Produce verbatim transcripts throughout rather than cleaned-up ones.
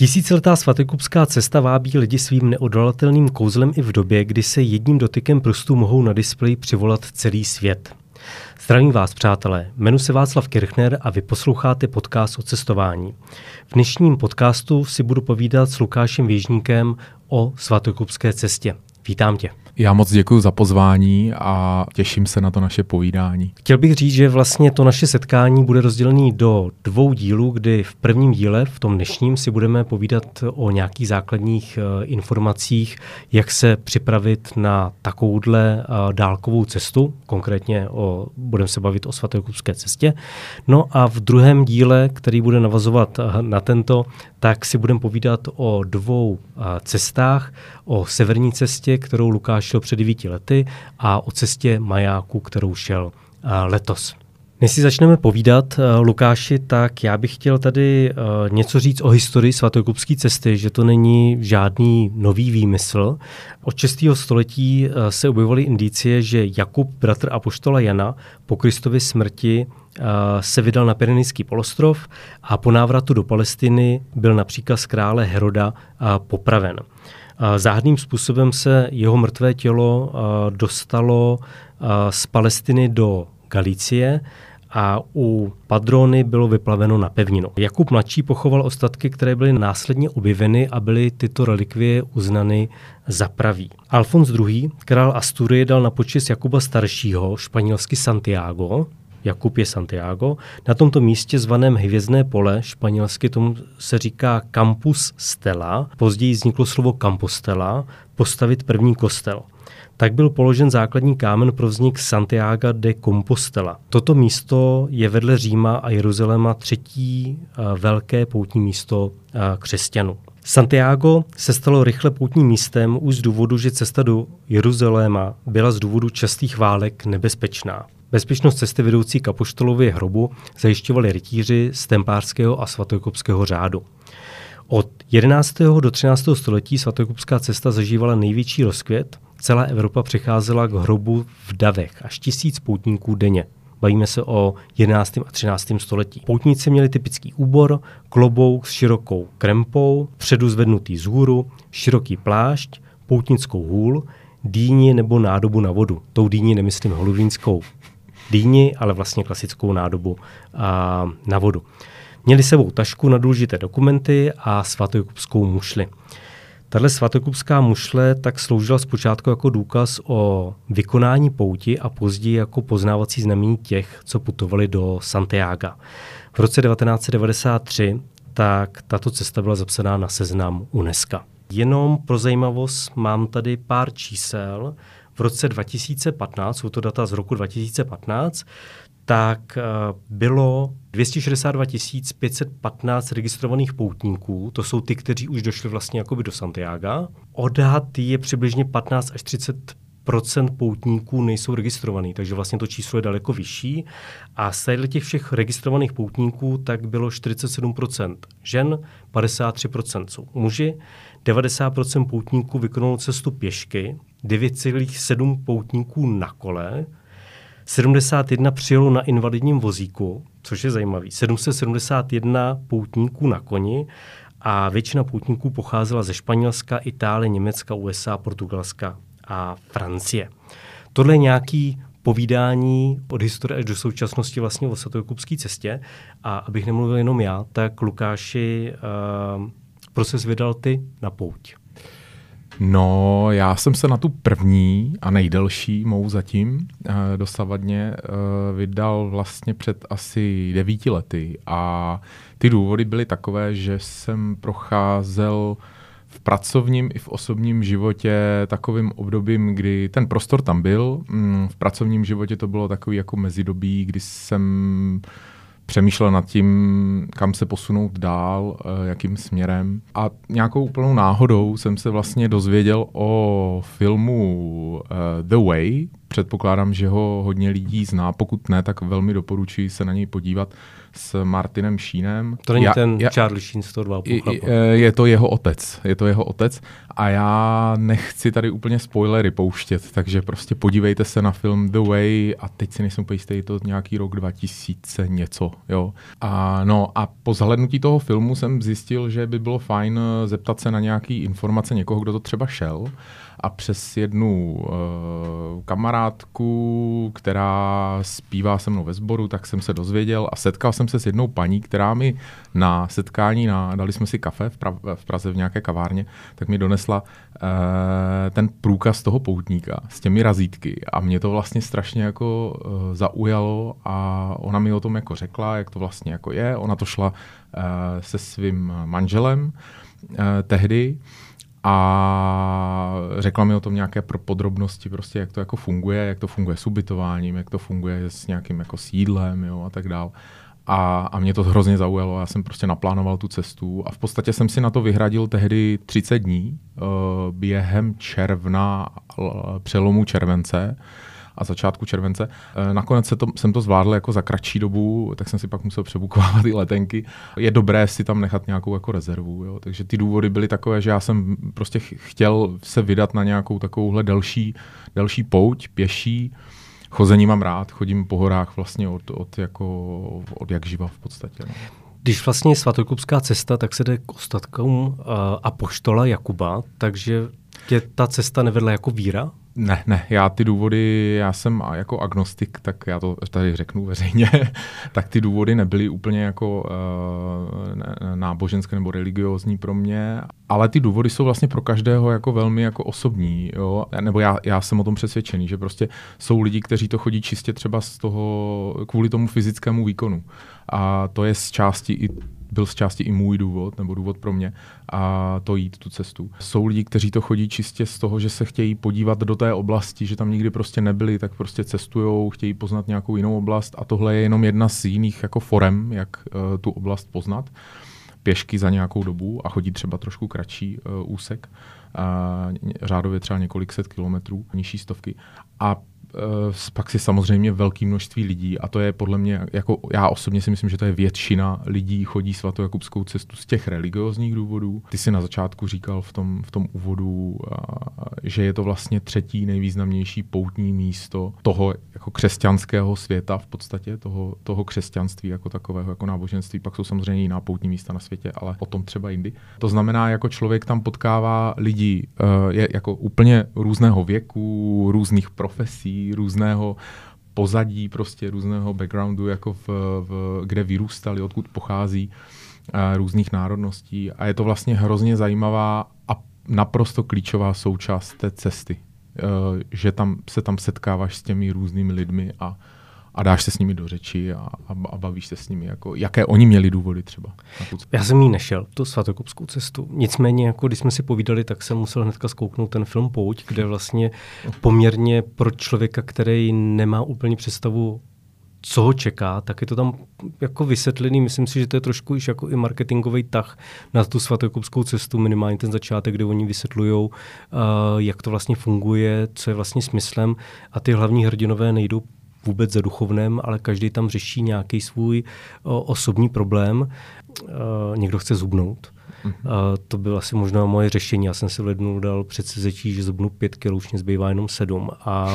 Tisíciletá svatokupská cesta vábí lidi svým neodolatelným kouzlem i v době, kdy se jedním dotykem prstů mohou na displeji přivolat celý svět. Zdravím vás, přátelé. Jmenuji se Václav Kirchner a vy posloucháte podcast o cestování. V dnešním podcastu si budu povídat s Lukášem Věžníkem o svatokupské cestě. Vítám tě. Já moc děkuji za pozvání a těším se na to naše povídání. Chtěl bych říct, že vlastně to naše setkání bude rozdělené do dvou dílů, kdy v prvním díle, v tom dnešním, si budeme povídat o nějakých základních uh, informacích, jak se připravit na takovouhle uh, dálkovou cestu, konkrétně o, budeme se bavit o svatokupské cestě. No a v druhém díle, který bude navazovat uh, na tento, tak si budeme povídat o dvou uh, cestách, o severní cestě, kterou Lukáš šel před devíti lety, a o cestě majáku, kterou šel uh, letos. Než si začneme povídat, uh, Lukáši, tak já bych chtěl tady uh, něco říct o historii svatokupské cesty, že to není žádný nový výmysl. Od šestého století uh, se objevovaly indicie, že Jakub, bratr apoštola Jana, po Kristově smrti uh, se vydal na Pyrenejský polostrov a po návratu do Palestiny byl na příkaz krále Heroda uh, popraven. Záhadným způsobem se jeho mrtvé tělo dostalo z Palestiny do Galicie a u Padrony bylo vyplaveno na pevninu. Jakub mladší pochoval ostatky, které byly následně objeveny a byly tyto relikvie uznany za pravý. Alfons druhý., král Asturie, dal na počest Jakuba staršího, španělsky Santiago, Jakub je Santiago, na tomto místě zvaném Hvězdné pole, španělsky tomu se říká Campus Stella, později vzniklo slovo Compostela, postavit první kostel. Tak byl položen základní kámen pro vznik Santiago de Compostela. Toto místo je vedle Říma a Jeruzaléma třetí velké poutní místo křesťanů. Santiago se stalo rychle poutním místem už z důvodu, že cesta do Jeruzaléma byla z důvodu častých válek nebezpečná. Bezpečnost cesty vedoucí k apoštolově hrobu zajišťovali rytíři z templářského a svatokupského řádu. Od jedenáctého do třináctého století svatokupská cesta zažívala největší rozkvět. Celá Evropa přicházela k hrobu v davech, až tisíc poutníků denně. Bavíme se o jedenáctém a třináctém století. Poutníci měli typický úbor, klobouk s širokou krempou, předu zvednutý vzhůru, široký plášť, poutnickou hůl, dýni nebo nádobu na vodu. Tou dýni nemyslím holuvínskou dýni, ale vlastně klasickou nádobu a, na vodu. Měli sebou tašku na důležité dokumenty a svatokupskou mušli. Tahle svatokupská mušle tak sloužila zpočátku jako důkaz o vykonání pouti a později jako poznávací znamení těch, co putovali do Santiaga. V roce devatenáct set devadesát tři tak tato cesta byla zapsaná na seznam UNESCO. Jenom pro zajímavost mám tady pár čísel. V roce dva tisíce patnáct, jsou to data z roku dva tisíce patnáct, tak bylo dvě stě šedesát dva tisíc pět set patnáct registrovaných poutníků, to jsou ty, kteří už došli vlastně jakoby do Santiaga. Odhad je přibližně patnáct až třicet procent poutníků nejsou registrovaný, takže vlastně to číslo je daleko vyšší. A z těch všech registrovaných poutníků tak bylo čtyřicet sedm procent žen, padesát tři procent jsou muži, devadesát procent poutníků vykonalo cestu pěšky, devět celá sedm poutníků na kole, sedmdesát jedna přijelo na invalidním vozíku, což je zajímavý, sedm set sedmdesát jedna poutníků na koni a většina poutníků pocházela ze Španělska, Itálie, Německa, U S A, Portugalska a Francie. Tohle je nějaký povídání od historie až do současnosti vlastně o svatokupské cestě, a abych nemluvil jenom já, tak Lukáši, uh, proces vydal ty na pouť. No, já jsem se na tu první a nejdelší mou zatím eh, dosavadně eh, vydal vlastně před asi devíti lety a ty důvody byly takové, že jsem procházel v pracovním i v osobním životě takovým obdobím, kdy ten prostor tam byl. V pracovním životě to bylo takový jako mezidobí, kdy jsem přemýšlel nad tím, kam se posunout dál, jakým směrem. A nějakou úplnou náhodou jsem se vlastně dozvěděl o filmu The Way, předpokládám, že ho hodně lidí zná, pokud ne, tak velmi doporučuji se na něj podívat, s Martinem Sheenem. To není já, ten já, Charlie Sheen z toho dva chlapa. Je to jeho otec, je to jeho otec a já nechci tady úplně spoilery pouštět, takže prostě podívejte se na film The Way a teď si nejsem úplně jistý, je to nějaký rok dva tisíce něco, jo. A no a po zhlédnutí toho filmu jsem zjistil, že by bylo fajn zeptat se na nějaký informace někoho, kdo to třeba šel. A přes jednu uh, kamarádku, která zpívá se mnou ve sboru, tak jsem se dozvěděl a setkal jsem se s jednou paní, která mi na setkání, na, dali jsme si kafe v, pra, v Praze v nějaké kavárně, tak mi donesla uh, ten průkaz toho poutníka s těmi razítky a mě to vlastně strašně jako uh, zaujalo a ona mi o tom jako řekla, jak to vlastně jako je. Ona to šla uh, se svým manželem uh, tehdy a řekla mi o tom nějaké podrobnosti, prostě jak to jako funguje, jak to funguje s ubytováním, jak to funguje s nějakým jako sídlem, jo, a tak dál. A, a mě to hrozně zaujalo, já jsem prostě naplánoval tu cestu a v podstatě jsem si na to vyhradil tehdy třicet dní uh, během června, přelomu července a začátku července. Nakonec se to, jsem to zvládl jako za kratší dobu, tak jsem si pak musel přebukovávat i letenky. Je dobré si tam nechat nějakou jako rezervu, jo? Takže ty důvody byly takové, že já jsem prostě chtěl se vydat na nějakou takovouhle delší, delší pouť, pěší. Chození mám rád, chodím po horách vlastně od, od, jako, od jak živa v podstatě. No. Když vlastně je svatokupská cesta, tak se jde k ostatkům uh, apoštola Jakuba, takže tě ta cesta nevedla jako víra? Ne, ne, já ty důvody, já jsem jako agnostik, tak já to tady řeknu veřejně, tak ty důvody nebyly úplně jako uh, náboženské nebo religiózní pro mě, ale ty důvody jsou vlastně pro každého jako velmi jako osobní, jo? Nebo já, já jsem o tom přesvědčený, že prostě jsou lidi, kteří to chodí čistě třeba z toho, kvůli tomu fyzickému výkonu a to je z části i byl z části i můj důvod, nebo důvod pro mě, a to jít tu cestu. Jsou lidi, kteří to chodí čistě z toho, že se chtějí podívat do té oblasti, že tam nikdy prostě nebyli, tak prostě cestujou, chtějí poznat nějakou jinou oblast a tohle je jenom jedna z jiných jako forem, jak uh, tu oblast poznat. Pěšky za nějakou dobu a chodí třeba trošku kratší uh, úsek, uh, řádově třeba několik set kilometrů, nižší stovky. A Uh, pak si samozřejmě velké množství lidí a to je podle mě, jako já osobně si myslím, že to je většina lidí chodí svatojakubskou cestu z těch religiózních důvodů. Ty jsi na začátku říkal v tom, v tom úvodu, uh, že je to vlastně třetí nejvýznamnější poutní místo toho jako křesťanského světa v podstatě, toho, toho křesťanství jako takového, jako náboženství. Pak jsou samozřejmě jiná poutní místa na světě, ale o tom třeba jindy. To znamená, jako člověk tam potkává lidi uh, je, jako úplně různého věku, různých profesí, různého pozadí, prostě různého backgroundu, jako v, v, kde vyrůstali, odkud pochází, uh, různých národností. A je to vlastně hrozně zajímavá a naprosto klíčová součást té cesty. Uh, že tam se tam setkáváš s těmi různými lidmi a, a dáš se s nimi do řeči a, a, a bavíš se s nimi, jako, jaké oni měli důvody třeba. Já jsem jí nešel, tu svatokupskou cestu. Nicméně, jako když jsme si povídali, tak jsem musel hnedka zkouknout ten film Pouť, kde vlastně poměrně pro člověka, který nemá úplně představu, co ho čeká, tak je to tam jako vysvětlený. Myslím si, že to je trošku již jako i marketingový tah na tu svatokupskou cestu, minimálně ten začátek, kde oni vysvětlujou, uh, jak to vlastně funguje, co je vlastně smyslem a ty hlavní hrdinové nejdou vůbec za duchovnem, ale každý tam řeší nějaký svůj o, osobní problém. Uh, někdo chce zubnout. Mm-hmm. Uh, to bylo asi možná moje řešení. Já jsem si v lednu dal předsevzetí, že zubnu pět kilo, už mě zbývá jenom sedm. A,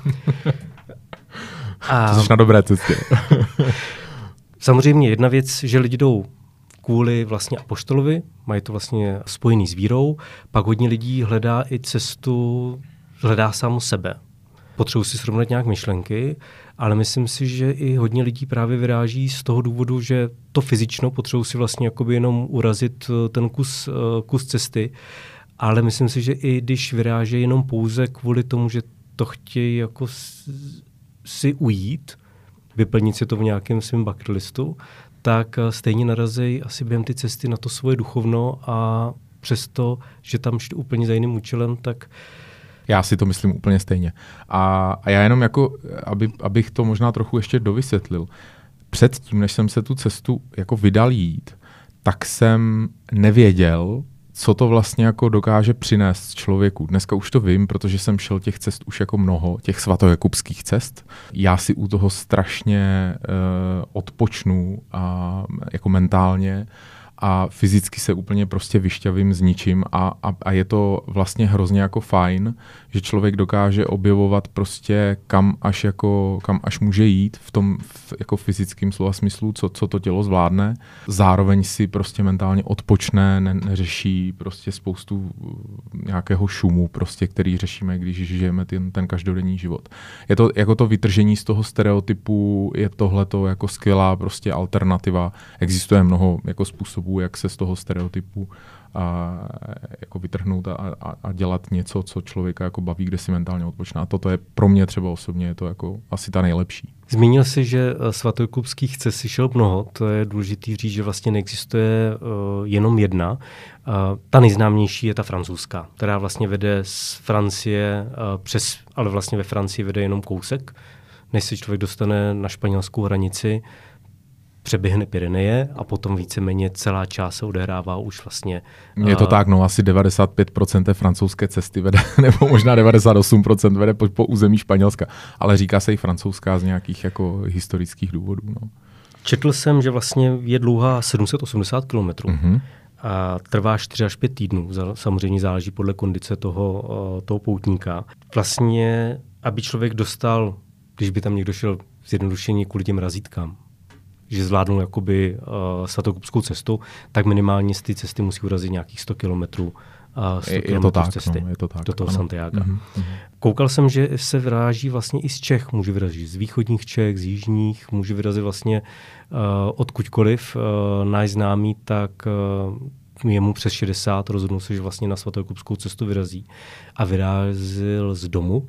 a... Jsi na dobré cestě. Samozřejmě jedna věc, že lidi jdou kvůli vlastně apoštolovi, mají to vlastně spojený s vírou, pak hodně lidí hledá i cestu, hledá samo sebe. Potřebuji si srovnat nějak myšlenky, ale myslím si, že i hodně lidí právě vyráží z toho důvodu, že to fyzično potřebuji si vlastně jakoby jenom urazit ten kus, kus cesty, ale myslím si, že i když vyráží jenom pouze kvůli tomu, že to chtějí jako si ujít, vyplnit si to v nějakém svém bucket listu, tak stejně narazí asi během ty cesty na to svoje duchovno a přesto, že tam šli úplně za jiným účelem, tak já si to myslím úplně stejně. A, a já jenom jako, aby, abych to možná trochu ještě dovysvětlil. Předtím, než jsem se tu cestu jako vydal jít, tak jsem nevěděl, co to vlastně jako dokáže přinést člověku. Dneska už to vím, protože jsem šel těch cest už jako mnoho, těch svatojakubských cest. Já si u toho strašně uh, odpočnu a jako mentálně a fyzicky se úplně prostě vyšťavím s ničím a, a, a je to vlastně hrozně jako fajn, že člověk dokáže objevovat prostě kam až, jako, kam až může jít v tom v, jako fyzickém slova smyslu, co, co to tělo zvládne. Zároveň si prostě mentálně odpočne, ne, neřeší prostě spoustu nějakého šumu, prostě, který řešíme, když žijeme ten, ten každodenní život. Je to jako to vytržení z toho stereotypu, je tohleto jako skvělá prostě alternativa. Existuje mnoho jako způsobů, jak se z toho stereotypu a, jako vytrhnout a, a, a dělat něco, co člověka jako baví, kde si mentálně odpočná. A toto je pro mě třeba osobně je to jako asi ta nejlepší. Zmínil jsi, že svatojakubských cest si šel mnoho. To je důležitý říct, že vlastně neexistuje uh, jenom jedna. Uh, ta nejznámější je ta francouzská, která vlastně vede z Francie uh, přes, ale vlastně ve Francii vede jenom kousek, než se člověk dostane na španělskou hranici, přeběhne Pyreneje a potom víceméně celá část se odehrává už vlastně. Je to uh, tak, no asi devadesát pět procent té francouzské cesty vede, nebo možná devadesát osm procent vede po, po území Španělska, ale říká se i francouzská z nějakých jako historických důvodů. No. Četl jsem, že vlastně je dlouhá sedm set osmdesát kilometrů uh-huh. a trvá čtyři až pět týdnů. Samozřejmě záleží podle kondice toho, uh, toho poutníka. Vlastně, aby člověk dostal, když by tam někdo šel zjednodušeně kvůli těm razítkám, že zvládnou jakoby uh, svatokupskou cestu, tak minimálně z té cesty musí urazit nějakých sto kilometrů uh, je, je to tak, cesty no, je to tak, do toho ano. Santiaga. Mm-hmm. Koukal jsem, že se vyráží vlastně i z Čech. Může vyrazit z východních Čech, z jižních, může vyrazit vlastně uh, odkudkoliv. Uh, náš známý, tak uh, je mu přes šedesát, rozhodnul se, že vlastně na svatokupskou cestu vyrazí. A vyrazil z domu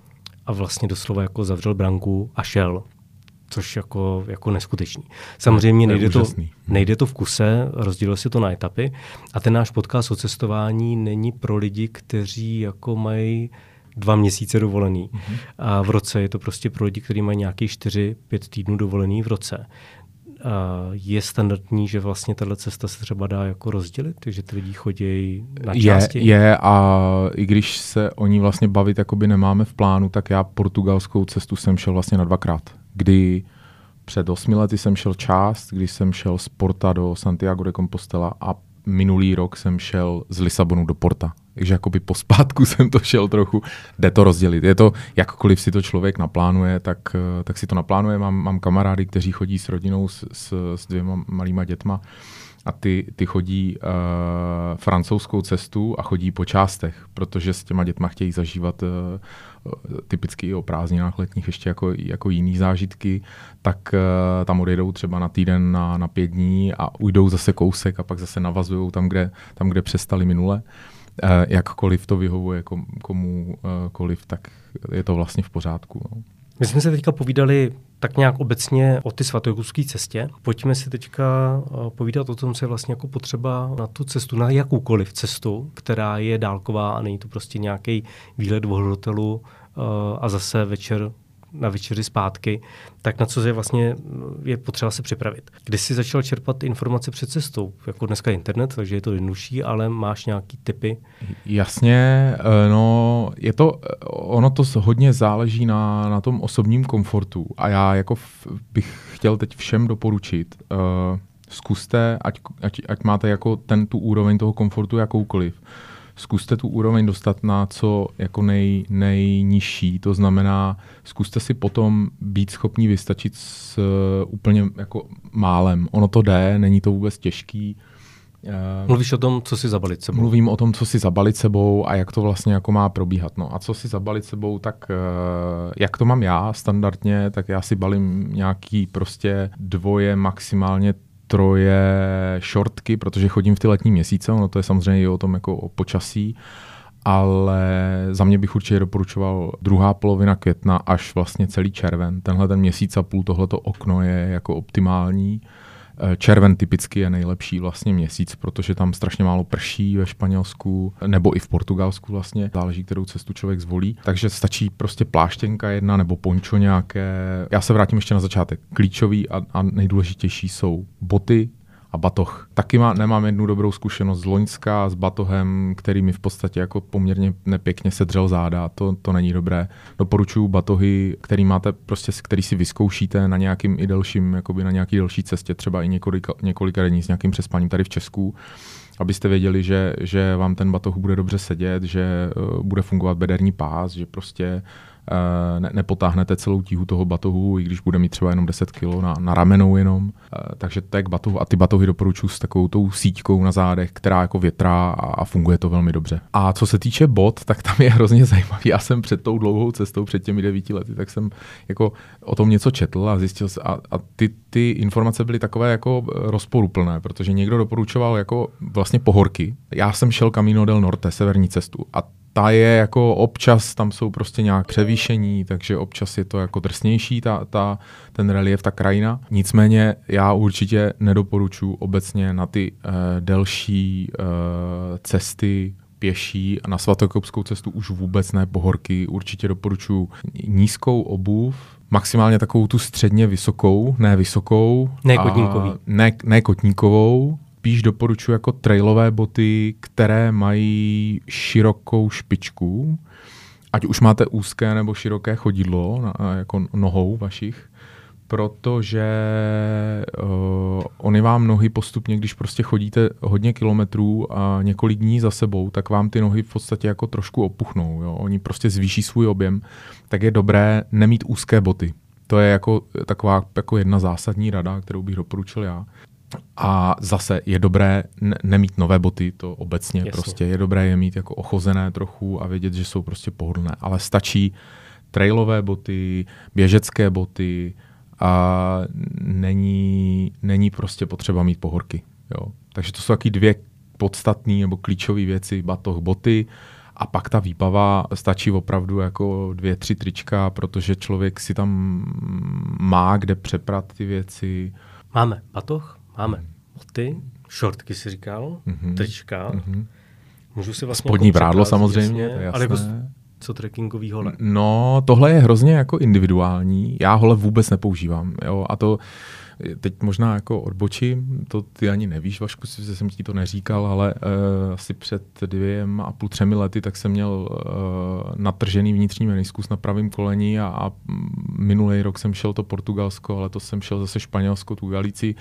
a vlastně doslova jako zavřel branku a šel. Což jako, jako neskutečný. Samozřejmě nejde to, nejde to v kuse, rozdělil si to na etapy a ten náš podcast o cestování není pro lidi, kteří jako mají dva měsíce dovolený. Mm-hmm. A v roce je to prostě pro lidi, kteří mají nějaký čtyři, pět týdnů dovolený v roce. A je standardní, že vlastně tato cesta se třeba dá jako rozdělit, že ty lidi chodí na části? Je, je a i když se o ní vlastně bavit jakoby nemáme v plánu, tak já portugalskou cestu jsem šel vlastně na dvakrát. Kdy před osmi lety jsem šel část, když jsem šel z Porta do Santiago de Compostela a minulý rok jsem šel z Lisabonu do Porta. Takže jakoby pospátku jsem to šel trochu, jde to rozdělit. Je to, jakkoliv si to člověk naplánuje, tak, tak si to naplánuje. Mám, mám kamarády, kteří chodí s rodinou s, s, s dvěma malýma dětma a ty, ty chodí uh, francouzskou cestu a chodí po částech, protože s těma dětma chtějí zažívat uh, typicky i o prázdninách letních ještě jako, jako jiný zážitky, tak uh, tam odjedou třeba na týden, na, na pět dní a ujdou zase kousek a pak zase navazují tam, kde, tam, kde přestali minule. Uh, jakkoliv to vyhovuje kom, komukoliv, tak je to vlastně v pořádku. No. My jsme se teďka povídali tak nějak obecně o ty svatojakubské cestě. Pojďme si teďka povídat o tom, co je vlastně jako potřeba na tu cestu, na jakoukoliv cestu, která je dálková a není to prostě nějaký výlet do hotelu a zase večer na večeři zpátky, tak na co je vlastně je potřeba se připravit. Kdy jsi začal čerpat informace před cestou? Jako dneska internet, takže je to jednodušší, ale máš nějaký tipy? Jasně, no je to, ono to hodně záleží na, na tom osobním komfortu a já jako bych chtěl teď všem doporučit, uh, zkuste, ať, ať, ať máte jako ten, tu úroveň toho komfortu jakoukoliv, zkuste tu úroveň dostat na co jako nej, nejnižší, to znamená, zkuste si potom být schopní vystačit s uh, úplně jako málem. Ono to jde, není to vůbec těžký. Uh, Mluvíš o tom, co si zabalit sebou? Mluvím o tom, co si zabalit sebou a jak to vlastně jako má probíhat. No a co si zabalit sebou, tak uh, jak to mám já standardně, tak já si balím nějaký prostě dvoje, maximálně troje šortky, protože chodím v ty letní měsíce, ono to je samozřejmě i o tom jako o počasí, ale za mě bych určitě doporučoval druhá polovina května až vlastně celý červen. Tenhle ten měsíc a půl, tohleto okno je jako optimální. Červen typicky je nejlepší vlastně měsíc, protože tam strašně málo prší ve Španělsku, nebo i v Portugalsku vlastně, záleží, kterou cestu člověk zvolí. Takže stačí prostě pláštěnka jedna nebo pončo nějaké. Já se vrátím ještě na začátek. Klíčový a, a nejdůležitější jsou boty A batoh. Taky má, nemám jednu dobrou zkušenost z Loňska s batohem, který mi v podstatě jako poměrně nepěkně sedřel záda. To, to není dobré. Doporučuji batohy, který máte prostě, který si vyzkoušíte na nějakým i delším, jakoby na nějaký delší cestě, třeba i několika, několika denní s nějakým přespaním tady v Česku, abyste věděli, že, že vám ten batoh bude dobře sedět, že uh, bude fungovat bederní pás, že prostě Ne, nepotáhnete celou tíhu toho batohu, i když bude mít třeba jenom deset kilo na, na ramenou jenom. E, takže to je k batohu. A ty batohy doporučuji s takovou tou síťkou na zádech, která jako větrá a, a funguje to velmi dobře. A co se týče bot, tak tam je hrozně zajímavý. Já jsem před tou dlouhou cestou, před těmi devíti lety, tak jsem jako o tom něco četl a zjistil jsem, a, a ty, ty informace byly takové jako rozporuplné, protože někdo doporučoval jako vlastně pohorky. Já jsem šel Camino del Norte, severní cestu, a ta je jako občas, tam jsou prostě nějak převýšení, takže občas je to jako drsnější, ta, ta, ten relief, ta krajina. Nicméně já určitě nedoporučuji obecně na ty uh, delší uh, cesty pěší a na Svatokopskou cestu už vůbec ne pohorky. Určitě doporučuji nízkou obuv, maximálně takovou tu středně vysokou, ne vysokou. Ne kotníkový. Ne, ne kotníkovou. Spíš doporučuji jako trailové boty, které mají širokou špičku, ať už máte úzké nebo široké chodidlo, na, jako nohou vašich, protože uh, oni vám nohy postupně, když prostě chodíte hodně kilometrů a několik dní za sebou, tak vám ty nohy v podstatě jako trošku opuchnou. Jo? Oni prostě zvýší svůj objem, tak je dobré nemít úzké boty. To je jako taková jako jedna zásadní rada, kterou bych doporučil já. A zase je dobré ne- nemít nové boty, to obecně Jasně. prostě je dobré je mít jako ochozené trochu a vědět, že jsou prostě pohodlné. Ale stačí trailové boty, běžecké boty a není, není prostě potřeba mít pohorky. Jo. Takže to jsou taky dvě podstatné nebo klíčové věci, batoh, boty a pak ta výbava stačí opravdu jako dvě, tři trička, protože člověk si tam má kde přeprat ty věci. Máme batoh, máme boty, šortky si říkal, mm-hmm. trička. Mm-hmm. Můžu si vlastně spodní jako brádlo samozřejmě, jasně, to je jasné. Ale jako co trekkingový hole? No, tohle je hrozně jako individuální. Já hole vůbec nepoužívám. Jo? A to teď možná jako odbočím, to ty ani nevíš, Vašku, že jsem ti to neříkal, ale uh, asi před dvěma a půl, třemi lety, tak jsem měl uh, natržený vnitřní meniskus na pravém koleni a, a minulý rok jsem šel to Portugalsko, ale to jsem šel zase Španělsko, tu Galici,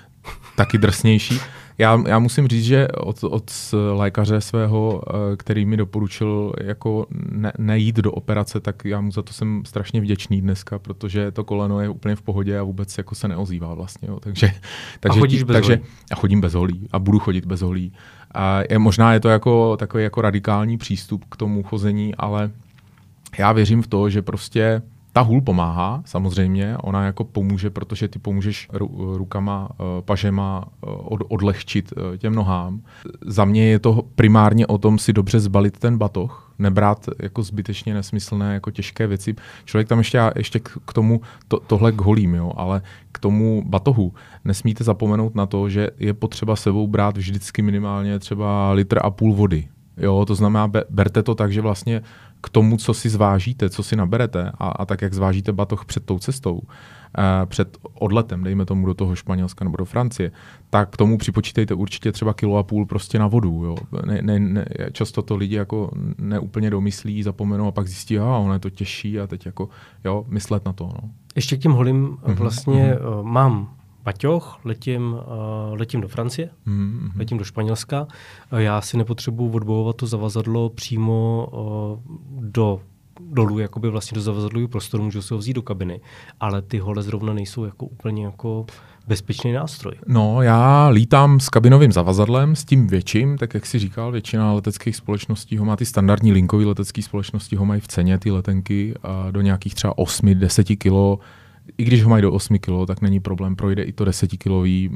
taky drsnější. Já, já musím říct, že od, od lékaře svého, který mi doporučil jako ne, nejít do operace, tak já mu za to jsem strašně vděčný dneska, protože to koleno je úplně v pohodě a vůbec jako se neozývá vlastně. Jo. Takže, takže, a chodíš bez takže, holí? A chodím bez holí a budu chodit bez holí. A je, možná je to jako takový jako radikální přístup k tomu chození, ale já věřím v to, že prostě ta hůl pomáhá, samozřejmě, ona jako pomůže, protože ty pomůžeš ru, rukama, pažema od, odlehčit těm nohám. Za mě je to primárně o tom si dobře zbalit ten batoh, nebrát jako zbytečně nesmyslné, jako těžké věci. Člověk tam ještě, ještě k tomu, to, tohle k holím, jo, ale k tomu batohu nesmíte zapomenout na to, že je potřeba sebou brát vždycky minimálně třeba litr a půl vody. Jo, to znamená, berte to tak, že vlastně k tomu, co si zvážíte, co si naberete a, a tak, jak zvážíte batoh před tou cestou, eh, před odletem, dejme tomu do toho Španělska nebo do Francie, tak k tomu připočítejte určitě třeba kilo a půl prostě na vodu. Jo. Ne, ne, ne, často to lidi jako neúplně domyslí, zapomenou a pak zjistí, a ono je to těžší a teď jako, jo, myslet na to. No. Ještě k těm holím mm-hmm. vlastně mm-hmm. Uh, mám baťoch, letím, uh, letím do Francie, mm-hmm. letím do Španělska. Uh, já si nepotřebuji odbojovat to zavazadlo přímo uh, do dolů, jakoby vlastně do zavazadlového prostoru, můžu si ho vzít do kabiny, ale ty hole zrovna nejsou jako úplně jako bezpečný nástroj. No, já lítám s kabinovým zavazadlem, s tím větším, tak jak si říkal, většina leteckých společností ho má, ty standardní linkové letecké společnosti ho mají v ceně, ty letenky, a do nějakých třeba osm deset kilo. I když ho mají do osm kilo, tak není problém, projde i to desetikilový.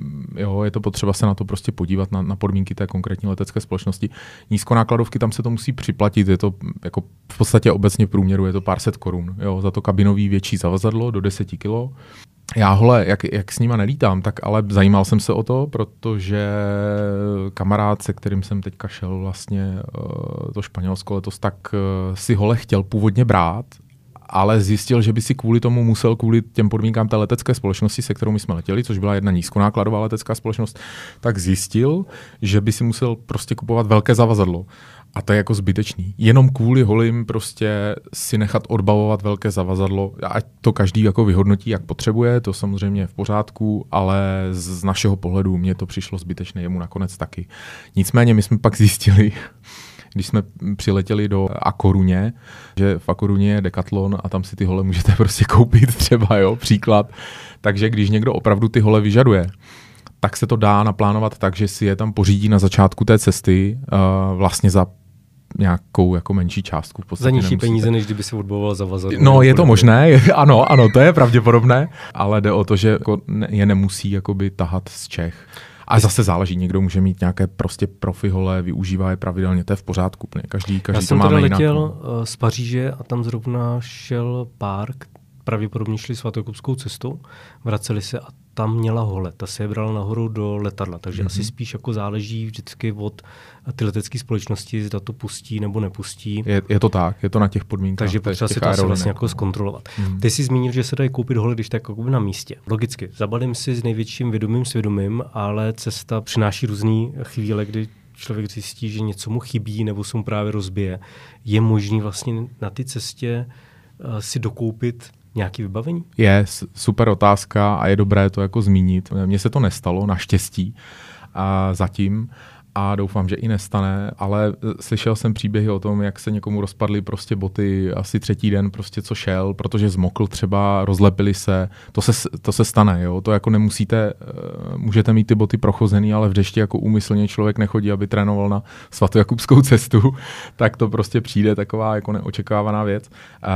Jo, je to potřeba se na to prostě podívat, na, na podmínky té konkrétní letecké společnosti. Nízkonákladovky, tam se to musí připlatit, je to jako v podstatě obecně v průměru, je to pár set korun. Jo, za to kabinový větší zavazadlo do deset kilo. Já hole, jak, jak s nima nelítám, tak ale zajímal jsem se o to, protože kamarád, se kterým jsem teďka šel vlastně to Španělsko letos, tak si hole chtěl původně brát, ale zjistil, že by si kvůli tomu musel, kvůli těm podmínkám té letecké společnosti, se kterou my jsme letěli, což byla jedna nízkonákladová letecká společnost, tak zjistil, že by si musel prostě kupovat velké zavazadlo. A to je jako zbytečný. Jenom kvůli holím prostě si nechat odbavovat velké zavazadlo, ať to každý jako vyhodnotí, jak potřebuje, to samozřejmě je v pořádku, ale z našeho pohledu mně to přišlo zbytečné, jemu nakonec taky. Nicméně my jsme pak zjistili, když jsme přiletěli do A Coruñe, že v A Coruñe je Decathlon a tam si ty hole můžete prostě koupit třeba, jo, příklad. Takže když někdo opravdu ty hole vyžaduje, tak se to dá naplánovat tak, že si je tam pořídí na začátku té cesty uh, vlastně za nějakou jako menší částku. V podstatě za nižší nemusíte. Peníze, než kdyby se odbavoval zavazadlo. No, je to možné, je, ano, ano, to je pravděpodobné, ale jde o to, že jako ne, je nemusí jakoby tahat z Čech. A zase záleží, někdo může mít nějaké prostě profi hole, využívá je pravidelně, to je v pořádku. Každý, každý Já to jsem máme teda jinak. letěl z Paříže a tam zrovna šel pár, pravděpodobně šli svatokupskou cestou, vraceli se a tam měla hole. Ta se je brala nahoru do letadla, takže mm-hmm. asi spíš jako záleží vždycky od ty letecké společnosti, zda to pustí nebo nepustí. Je, je to tak, je to na těch podmínkách. Takže potřeba si to asi vlastně jako zkontrolovat. Mm. Ty jsi zmínil, že se dají koupit holy, když tak jako na místě. Logicky, zabalím si s největším vědomým svědomím, ale cesta přináší různé chvíle, kdy člověk zjistí, že něco mu chybí nebo se mu právě rozbije. Je možný vlastně na té cestě uh, si dokoupit nějaké vybavení? Je super otázka a je dobré to jako zmínit. Mně se to nestalo, naštěstí, a zatím. A doufám, že i nestane, ale slyšel jsem příběhy o tom, jak se někomu rozpadly prostě boty asi třetí den, prostě co šel, protože zmokl třeba, rozlepili se, to se, to se stane, jo, to jako nemusíte, můžete mít ty boty prochozený, ale v dešti jako úmyslně člověk nechodí, aby trénoval na svatojakubskou cestu, tak to prostě přijde taková jako neočekávaná věc.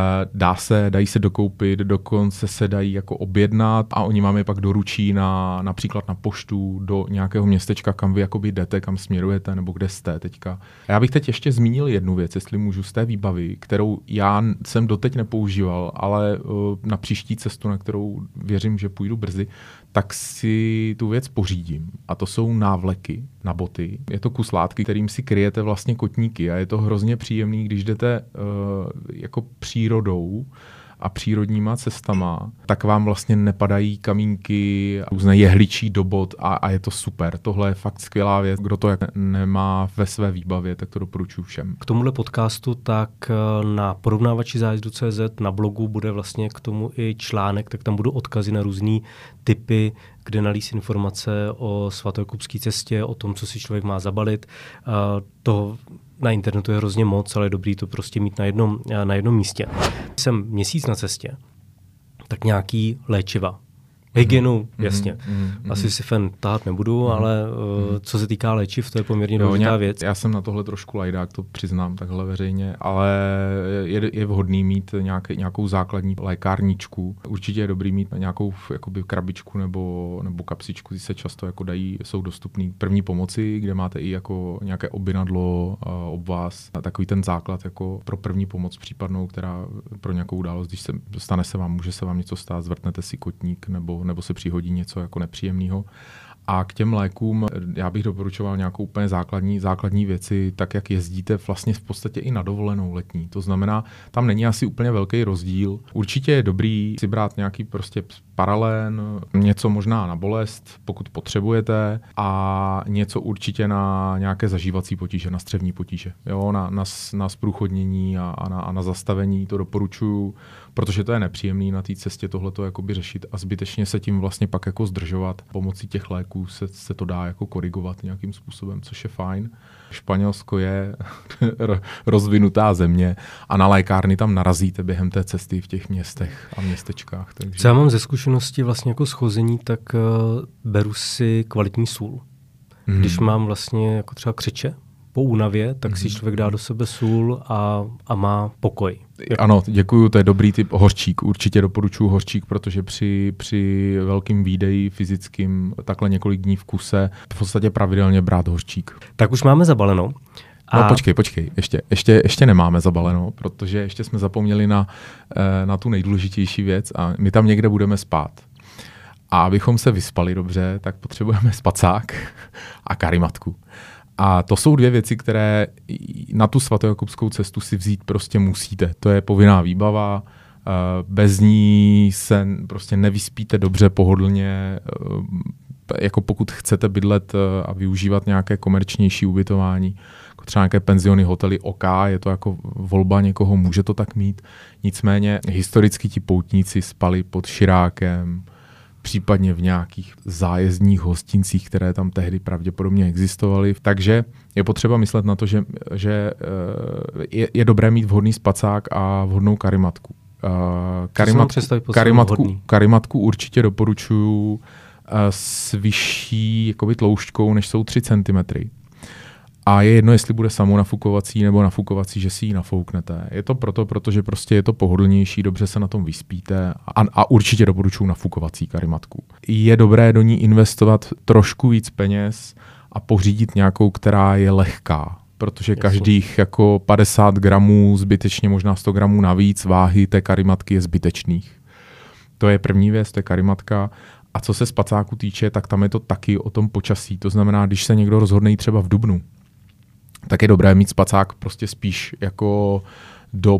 Dá se, dají se dokoupit, dokonce se dají jako objednat a oni vám je pak doručí na, například na poštu do nějakého městečka, kam vy jakoby jdete, kam směrujete nebo kde jste teďka. A já bych teď ještě zmínil jednu věc, jestli můžu, z té výbavy, kterou já jsem doteď nepoužíval, ale uh, na příští cestu, na kterou věřím, že půjdu brzy, tak si tu věc pořídím. A to jsou návleky na boty. Je to kus látky, kterým si kryjete vlastně kotníky a je to hrozně příjemný, když jdete uh, jako přírodou a přírodníma cestama, tak vám vlastně nepadají kamínky, různé jehličí do bot a, a je to super. Tohle je fakt skvělá věc. Kdo to jak nemá ve své výbavě, tak to doporučuji všem. K tomuhle podcastu tak na porovnávači zájezdu tečka cé zet na blogu bude vlastně k tomu i článek, tak tam budou odkazy na různý typy, kde nalíst informace o svatojakubské cestě, o tom, co si člověk má zabalit. To na internetu je hrozně moc, ale je dobrý to prostě mít na jednom, na jednom místě. Jsem měsíc na cestě, tak nějaký léčiva. Hygienu, mm-hmm. jasně. Mm-hmm. Asi si fen tahat nebudu, mm-hmm. ale uh, co se týká léčiv, to je poměrně důležitá věc. Já jsem na tohle trošku lajdák, to přiznám takhle veřejně, ale je, je vhodný mít nějaký, nějakou základní lékárničku. Určitě je dobrý mít nějakou jakoby krabičku nebo, nebo kapsičku, ty se často jako dají, jsou dostupný první pomoci, kde máte i jako nějaké obinadlo, obvaz, takový ten základ jako pro první pomoc případnou, která pro nějakou událost, když se stane se vám, může se vám něco stát, zvrtnete si kotník nebo nebo se přihodí něco jako nepříjemného. A k těm lékům já bych doporučoval nějakou úplně základní, základní věci, tak jak jezdíte vlastně v podstatě i na dovolenou letní. To znamená, tam není asi úplně velký rozdíl. Určitě je dobrý si brát nějaký prostě paralen, něco možná na bolest, pokud potřebujete, a něco určitě na nějaké zažívací potíže, na střevní potíže. Jo, na, na, na zprůchodnění a, a, na, a na zastavení to doporučuju, protože to je nepříjemný na té cestě tohleto jakoby řešit a zbytečně se tím vlastně pak jako zdržovat. Pomocí těch léků se, se to dá jako korigovat nějakým způsobem, což je fajn. Španělsko je rozvinutá země a na lékárny tam narazíte během té cesty v těch městech a městečkách. Takže... Co já mám ze zkušenosti vlastně jako schození, tak uh, beru si kvalitní sůl. Mm. Když mám vlastně jako třeba křeče po únavě, tak mm. si člověk dá do sebe sůl a, a má pokoj. Ano, děkuju, to je dobrý typ. Hořčík, určitě doporučuji hořčík, protože při, při velkým výdeji fyzickým takhle několik dní v kuse v podstatě pravidelně brát hořčík. Tak už máme zabaleno. A... No počkej, počkej, ještě, ještě, ještě nemáme zabaleno, protože ještě jsme zapomněli na, na tu nejdůležitější věc a my tam někde budeme spát. A abychom se vyspali dobře, tak potřebujeme spacák a karimatku. A to jsou dvě věci, které na tu svatojakubskou cestu si vzít prostě musíte. To je povinná výbava, Bez ní se prostě nevyspíte dobře, pohodlně. Jako pokud chcete bydlet a využívat nějaké komerčnější ubytování, jako třeba nějaké penziony, hotely, OK, je to jako volba někoho, může to tak mít. Nicméně historicky ti poutníci spali pod širákem, případně v nějakých zájezdních hostincích, které tam tehdy pravděpodobně existovaly. Takže je potřeba myslet na to, že, že je, je dobré mít vhodný spacák a vhodnou karimatku. Karimatku, karimatku, karimatku určitě doporučuju s vyšší jakoby tloušťkou, než jsou tři centimetry. A je jedno, jestli bude samonafukovací nebo nafukovací, že si ji nafouknete. Je to proto, protože prostě je to pohodlnější, dobře se na tom vyspíte a, a určitě doporučuji nafukovací karimatku. Je dobré do ní investovat trošku víc peněz a pořídit nějakou, která je lehká, protože každých jako padesát gramů zbytečně, možná sto gramů navíc váhy té karimatky je zbytečných. To je první věc, to je karimatka. A co se spacáku týče, tak tam je to taky o tom počasí. To znamená, když se někdo rozhodne jít třeba v dubnu, tak je dobré mít spacák prostě spíš jako do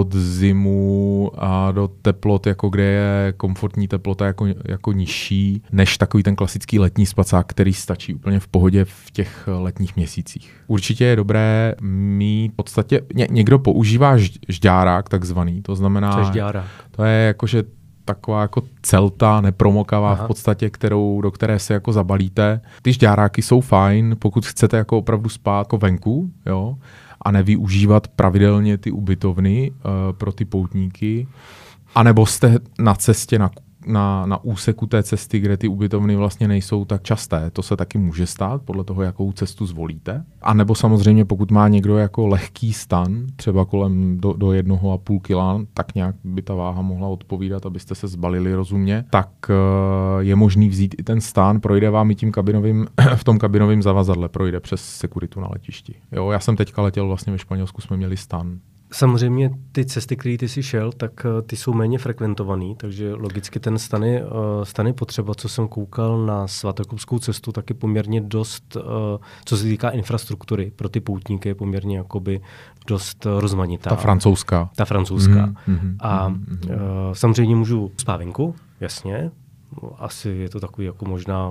podzimu a do teplot, jako kde je komfortní teplota jako, jako nižší, než takový ten klasický letní spacák, který stačí úplně v pohodě v těch letních měsících. Určitě je dobré mít v podstatě, ně, někdo používá žďárák takzvaný, to znamená, Co je žďárák? To je jakože taková jako celta nepromokavá Aha. v podstatě, kterou, do které se jako zabalíte. Ty žďáráky jsou fajn, pokud chcete jako opravdu spát jako venku, jo, a nevyužívat pravidelně ty ubytovny uh, pro ty poutníky, anebo jste na cestě na Na, na úseku té cesty, kde ty ubytovny vlastně nejsou tak časté. To se taky může stát, podle toho, jakou cestu zvolíte. A nebo samozřejmě, pokud má někdo jako lehký stan, třeba kolem do, do jednoho a půl kila, tak nějak by ta váha mohla odpovídat, abyste se zbalili rozumně, tak uh, je možný vzít i ten stan, projde vám i tím kabinovým, v tom kabinovém zavazadle, projde přes sekuritu na letišti. Jo, já jsem teďka letěl, vlastně ve Španělsku jsme měli stan. Samozřejmě ty cesty, které ty jsi šel, tak ty jsou méně frekventované, takže logicky ten stan je, stan je potřeba. Co jsem koukal na Svatokupskou cestu, tak je poměrně dost, co se týká infrastruktury pro ty poutníky, je poměrně jakoby dost rozmanitá. Ta francouzská. Ta francouzská. Mm-hmm, A mm-hmm. samozřejmě můžu spát venku, jasně. Asi je to takový jako možná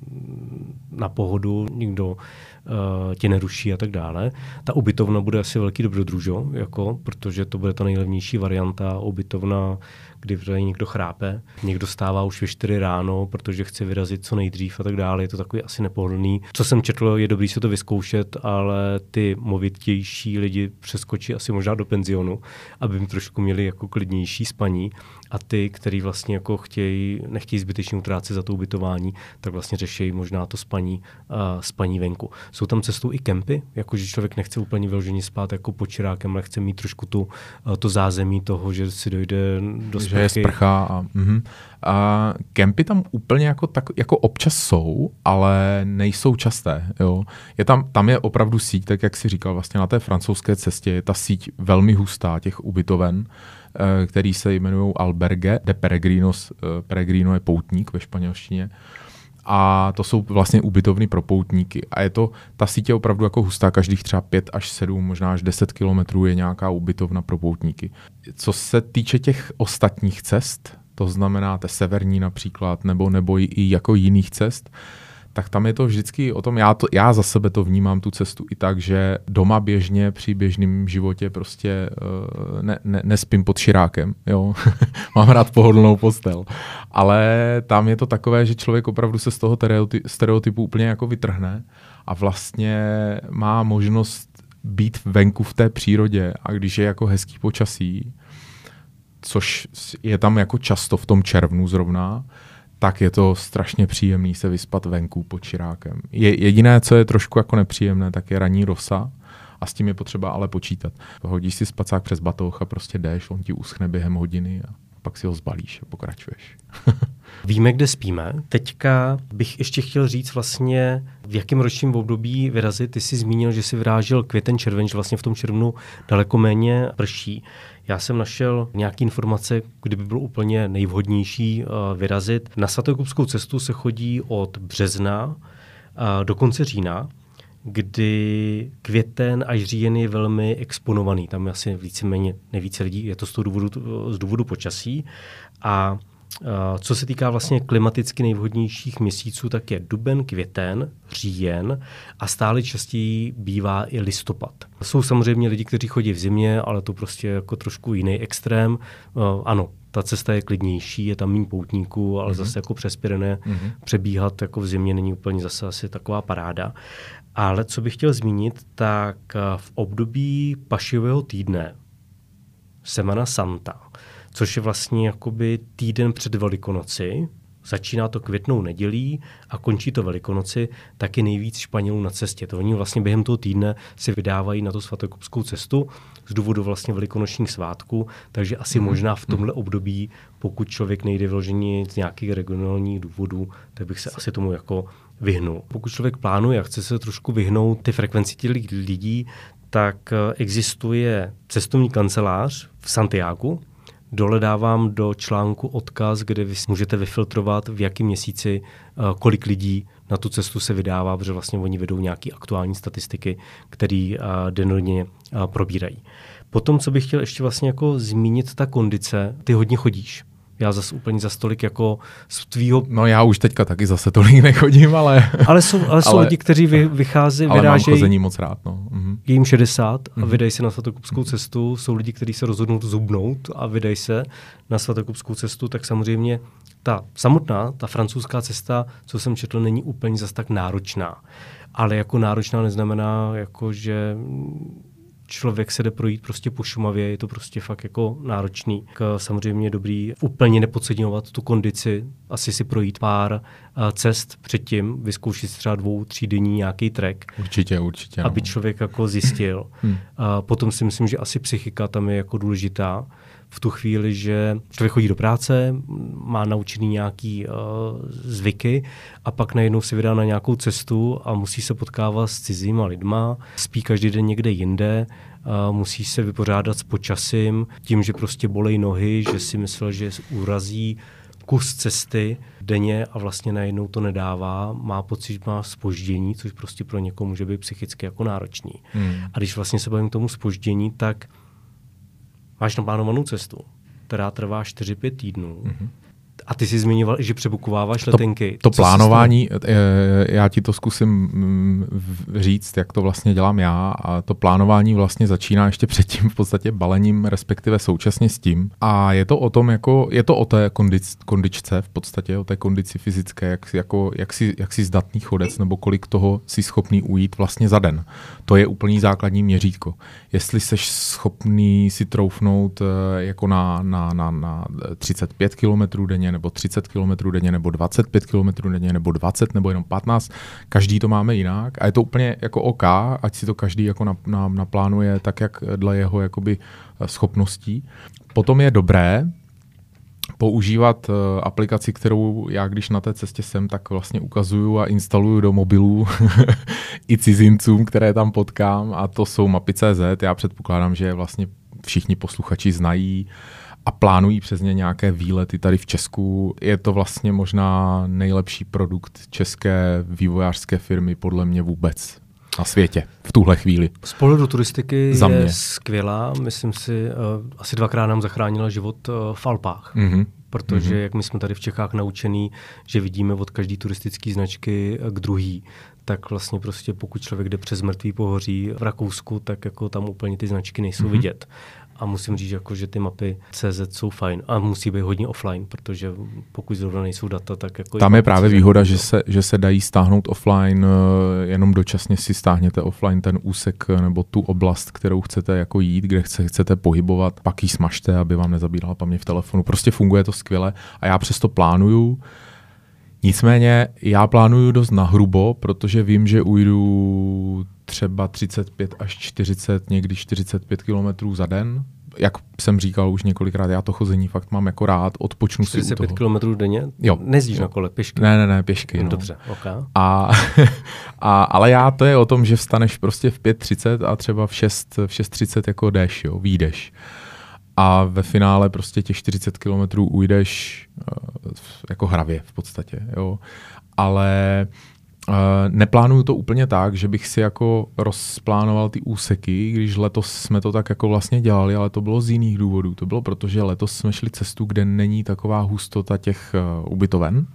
na pohodu, nikdo uh, tě neruší a tak dále. Ta ubytovna bude asi velký dobrodružo, jako, protože to bude ta nejlevnější varianta ubytovna, kdy tady někdo chrápe, někdo stává už ve čtyři ráno, protože chce vyrazit co nejdřív a tak dále. Je to takový asi nepohodlný. Co jsem četl, je dobrý si to vyzkoušet, ale ty movitější lidi přeskočí asi možná do penzionu, aby jim trošku měli jako klidnější spaní. A ty, který vlastně jako chtějí, nechtějí zbytečně utrácet za to ubytování, tak vlastně řeší možná to spaní, uh, spaní venku. Jsou tam cestou i kempy, jakože člověk nechce úplně vyloženě spát jako pod čirákem, ale chce mít trošku tu, uh, to zázemí toho, že si dojde do sprchy. Že je sprcha. A, uh-huh. a kempy tam úplně jako, tak, jako občas jsou, ale nejsou časté. Jo. Je tam, tam je opravdu síť, tak jak jsi říkal, vlastně na té francouzské cestě je ta síť velmi hustá těch ubytoven, který se jmenují Albergue de Peregrinos. Peregrino je poutník ve španělštině. A to jsou vlastně ubytovny pro poutníky. A je to, ta síť je opravdu jako hustá, každých třeba pět až sedm, možná až deset kilometrů je nějaká ubytovna pro poutníky. Co se týče těch ostatních cest, to znamená té severní například, nebo, nebo i jako jiných cest, tak tam je to vždycky o tom, já, to, já za sebe to vnímám tu cestu i tak, že doma běžně při běžném životě prostě uh, ne, ne, nespím pod širákem, jo. Mám rád pohodlnou postel. Ale tam je to takové, že člověk opravdu se z toho stereotypu úplně jako vytrhne a vlastně má možnost být venku v té přírodě a když je jako hezký počasí, což je tam jako často v tom červnu zrovna, tak je to strašně příjemný se vyspat venku pod čirákem. Je, jediné, co je trošku jako nepříjemné, tak je ranní rosa a s tím je potřeba ale počítat. Hodíš si spacák přes batoh a prostě jdeš, on ti uschne během hodiny a pak si ho zbalíš a pokračuješ. Víme, kde spíme. Teďka bych ještě chtěl říct vlastně, v jakém ročním období vyrazit. Ty jsi zmínil, že jsi vyrážel květen, červen, že vlastně v tom červnu daleko méně prší. Já jsem našel nějaké informace, kdyby bylo úplně nejvhodnější uh, vyrazit. Na Svatokupskou cestu se chodí od března uh, do konce října, kdy květen až říjen je velmi exponovaný. Tam je asi víceméně nejvíce lidí, je to z toho důvodu, z důvodu počasí. A co se týká vlastně klimaticky nejvhodnějších měsíců, tak je duben, květen, říjen a stále častěji bývá i listopad. Jsou samozřejmě lidi, kteří chodí v zimě, ale to prostě jako trošku jiný extrém. Ano, ta cesta je klidnější, je tam méně poutníků, ale mm-hmm. zase jako přes Pyreneje mm-hmm. přebíhat jako v zimě není úplně zase asi taková paráda. Ale co bych chtěl zmínit, tak v období Pašijového týdne, Semana Santa, což je vlastně jakoby týden před Velikonoci, začíná to květnou nedělí a končí to Velikonoci, tak je nejvíc Španělů na cestě. To oni vlastně během toho týdne se vydávají na tu svatokupskou cestu z důvodu vlastně velikonočních svátků, takže asi mm. možná v tomhle období, pokud člověk nejde vyloženě z nějakých regionálních důvodů, tak bych se asi tomu jako vyhnul. Pokud člověk plánuje a chce se trošku vyhnout ty frekvenci těch lidí, tak existuje cestovní kancelář v Santiagu. Dole dávám do článku odkaz, kde vy můžete vyfiltrovat, v jakém měsíci kolik lidí na tu cestu se vydává, protože vlastně oni vedou nějaké aktuální statistiky, které dennodenně probírají. Potom, co bych chtěl ještě vlastně jako zmínit, ta kondice, ty hodně chodíš. Já zase úplně za stolik jako z tvýho... No já už teďka taky zase tolik nechodím, ale... Ale jsou, ale jsou ale, lidi, kteří vy, vychází, ale vyrážejí... mám chození moc rád, no. Mhm. Je jim šedesát a mhm. vydají se na svatokupskou cestu. Jsou lidi, kteří se rozhodnou zubnout a vydají se na svatokupskou cestu, tak samozřejmě ta samotná, ta francouzská cesta, co jsem četl, není úplně zas tak náročná. Ale jako náročná neznamená, jako že... člověk se jde projít prostě po Šumavě, je to prostě fakt jako náročný. Samozřejmě je dobrý úplně nepodceňovat tu kondici, asi si projít pár cest předtím, vyzkoušet třeba dvou, tří denní nějaký trek. Určitě, určitě. Aby no. člověk jako zjistil. hmm. Potom si myslím, že asi psychika tam je jako důležitá. V tu chvíli, že člověk chodí do práce, má naučený nějaký uh, zvyky a pak najednou se vydá na nějakou cestu a musí se potkávat s cizíma lidma, spí každý den někde jinde, uh, musí se vypořádat s počasím, tím, že prostě bolej nohy, že si myslel, že urazí kus cesty denně a vlastně najednou to nedává, má pocit, že má zpoždění, což prostě pro někoho může být psychicky jako náročný. Hmm. A když vlastně se bavím k tomu zpoždění, tak máš naplánovanou cestu, která trvá čtyři pět týdnů. Mm-hmm. A ty jsi zmiňoval, že přebukováváš letenky. To, to plánování, já ti to zkusím říct, jak to vlastně dělám já. A to plánování vlastně začíná ještě předtím v podstatě balením, respektive současně s tím. A je to o tom, jako, je to o té kondic, kondičce v podstatě, o té kondici fyzické, jak, jako, jak, si, jak si zdatný chodec, nebo kolik toho si schopný ujít vlastně za den. To je úplný základní měřítko. Jestli jsi schopný si troufnout jako na, na, na, na třicet pět kilometrů denně, nebo třicet kilometrů denně, nebo dvacet pět kilometrů denně, nebo dvacet, nebo jenom patnáct. Každý to máme jinak a je to úplně jako OK, ať si to každý jako na, na, naplánuje tak, jak dle jeho jakoby schopností. Potom je dobré používat uh, aplikaci, kterou já, když na té cestě jsem, tak vlastně ukazuju a instaluju do mobilů i cizincům, které tam potkám, a to jsou mapy tečka cé zet. Já předpokládám, že vlastně všichni posluchači znají a plánují přes ně nějaké výlety tady v Česku. Je to vlastně možná nejlepší produkt české vývojářské firmy podle mě vůbec na světě v tuhle chvíli. Z pohledu turistiky Za je mě. skvělá. Myslím si, uh, asi dvakrát nám zachránila život uh, v Alpách. Mm-hmm. Protože mm-hmm. jak my jsme tady v Čechách naučený, že vidíme od každé turistické značky k druhý, tak vlastně prostě pokud člověk jde přes mrtvý pohoří v Rakousku, tak jako tam úplně ty značky nejsou mm-hmm. vidět. A musím říct, jako, že ty mapy C Z jsou fajn a musí být hodně offline, protože pokud zrovna nejsou data, tak jako... Tam je právě výhoda, že se, že se dají stáhnout offline, jenom dočasně si stáhněte offline ten úsek nebo tu oblast, kterou chcete jako jít, kde chce, chcete pohybovat, pak ji smažte, aby vám nezabírala paměť v telefonu. Prostě funguje to skvěle a já přesto plánuju. Nicméně já plánuju dost nahrubo, protože vím, že ujdu třeba třicet pět až čtyřicet, někdy čtyřicet pět kilometrů za den. Jak jsem říkal už několikrát, já to chození fakt mám jako rád, odpočnu si u toho. čtyřicet pět kilometrů denně? Jo. Nezdíš na kole, pěšky? Ne, ne, ne, pěšky. No. Dobře, ok. A, a, ale já to je o tom, že vstaneš prostě v pět třicet a třeba v šest třicet jako jdeš, jo, výjdeš. A ve finále prostě těch čtyřicet kilometrů ujdeš uh, jako hravě v podstatě, jo. Ale Neplánuju to úplně tak, že bych si jako rozplánoval ty úseky, když letos jsme to tak jako vlastně dělali, ale to bylo z jiných důvodů. To bylo proto, že letos jsme šli cestu, kde není taková hustota těch uh, ubytoven.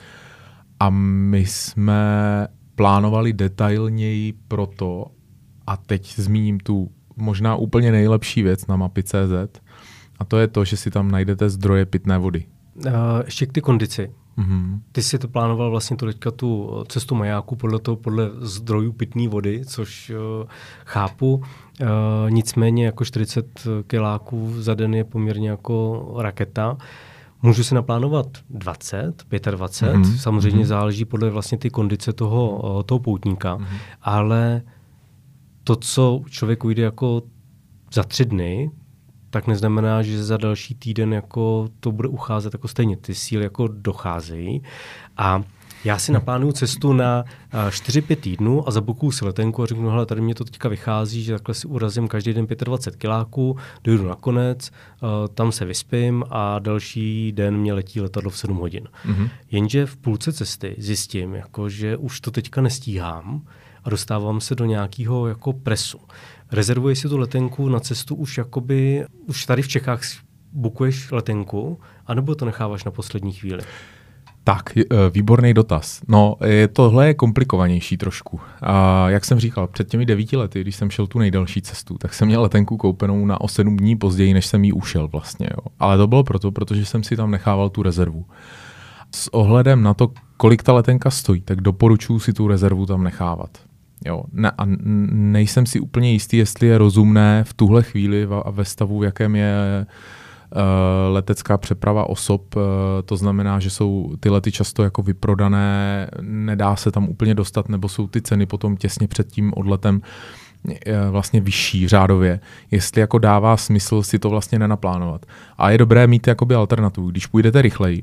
A my jsme plánovali detailněji proto, a teď zmíním tu možná úplně nejlepší věc na mapy tečka cé zet, a to je to, že si tam najdete zdroje pitné vody. Uh, ještě k ty kondici. Mm-hmm. Ty jsi to plánoval vlastně to teďka tu cestu majáku podle toho, podle zdrojů pitné vody, což uh, chápu. Uh, nicméně jako čtyřicet kiláků za den je poměrně jako raketa. Můžu si naplánovat dvacet, dvacet pět, mm-hmm. samozřejmě mm-hmm. záleží podle vlastně ty kondice toho, uh, toho poutníka, mm-hmm. ale to, co člověk ujde jako za tři dny, tak neznamená, že za další týden jako to bude ucházet jako stejně. Ty síly jako docházejí. A já si naplánuju cestu na čtyři pět týdnů a zabukuju si letenku a řeknu, hele, tady mě to teďka vychází, že takhle si urazím každý den dvacet pět kiláků, dojdu na konec, tam se vyspím a další den mě letí letadlo v sedm hodin. Mm-hmm. Jenže v půlce cesty zjistím, jako, že už to teďka nestíhám a dostávám se do nějakého jako presu. Rezervuješ si tu letenku na cestu už jakoby, už tady v Čechách bukuješ letenku, anebo to necháváš na poslední chvíli? Tak, výborný dotaz. No, tohle je komplikovanější trošku. A jak jsem říkal, před těmi devíti lety, když jsem šel tu nejdelší cestu, tak jsem měl letenku koupenou na o sedm dní později, než jsem jí ušel vlastně. Jo. Ale to bylo proto, protože jsem si tam nechával tu rezervu. S ohledem na to, kolik ta letenka stojí, tak doporučuji si tu rezervu tam nechávat. Jo, ne, a nejsem si úplně jistý, jestli je rozumné v tuhle chvíli a ve stavu, v jakém je uh, letecká přeprava osob, uh, to znamená, že jsou ty lety často jako vyprodané, nedá se tam úplně dostat, nebo jsou ty ceny potom těsně před tím odletem uh, vlastně vyšší řádově, jestli jako dává smysl si to vlastně nenaplánovat. A je dobré mít jakoby alternativu, když půjdete rychleji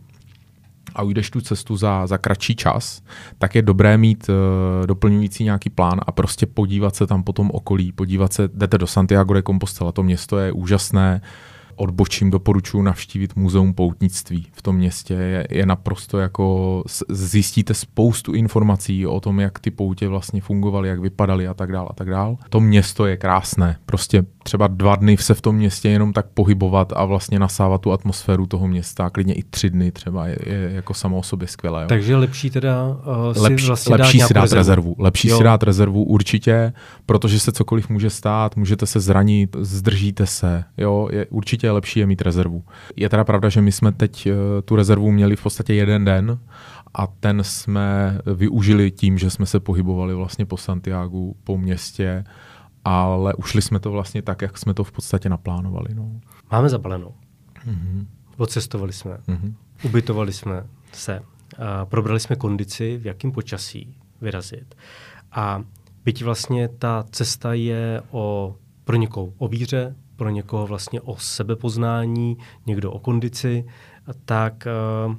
a ujdeš tu cestu za, za kratší čas, tak je dobré mít uh, doplňující nějaký plán a prostě podívat se tam po tom okolí, podívat se, jdete do Santiago de Compostela, to město je úžasné, odbočím, doporučuji navštívit muzeum poutnictví v tom městě, je, je naprosto jako, zjistíte spoustu informací o tom, jak ty poutě vlastně fungovaly, jak vypadaly a tak dál a tak dál. To město je krásné, prostě třeba dva dny se v tom městě jenom tak pohybovat a vlastně nasávat tu atmosféru toho města, klidně i tři dny třeba je, je jako samo o sobě skvělé. Jo. Takže lepší teda uh, si lepší, vlastně lepší dát si dát rezervu. rezervu. Lepší jo. si dát rezervu určitě, protože se cokoliv může stát, můžete se zranit, zdržíte se, jo, je, určitě je lepší je mít rezervu. Je teda pravda, že my jsme teď uh, tu rezervu měli v podstatě jeden den a ten jsme využili tím, že jsme se pohybovali vlastně po Santiagu, po městě, ale ušli jsme to vlastně tak, jak jsme to v podstatě naplánovali. No. Máme zabalenou. Mm-hmm. Odcestovali jsme. Mm-hmm. Ubytovali jsme se. A probrali jsme kondici, v jakém počasí vyrazit. A byť vlastně ta cesta je o, pro někoho o víře, pro někoho vlastně o sebepoznání, někdo o kondici, tak uh,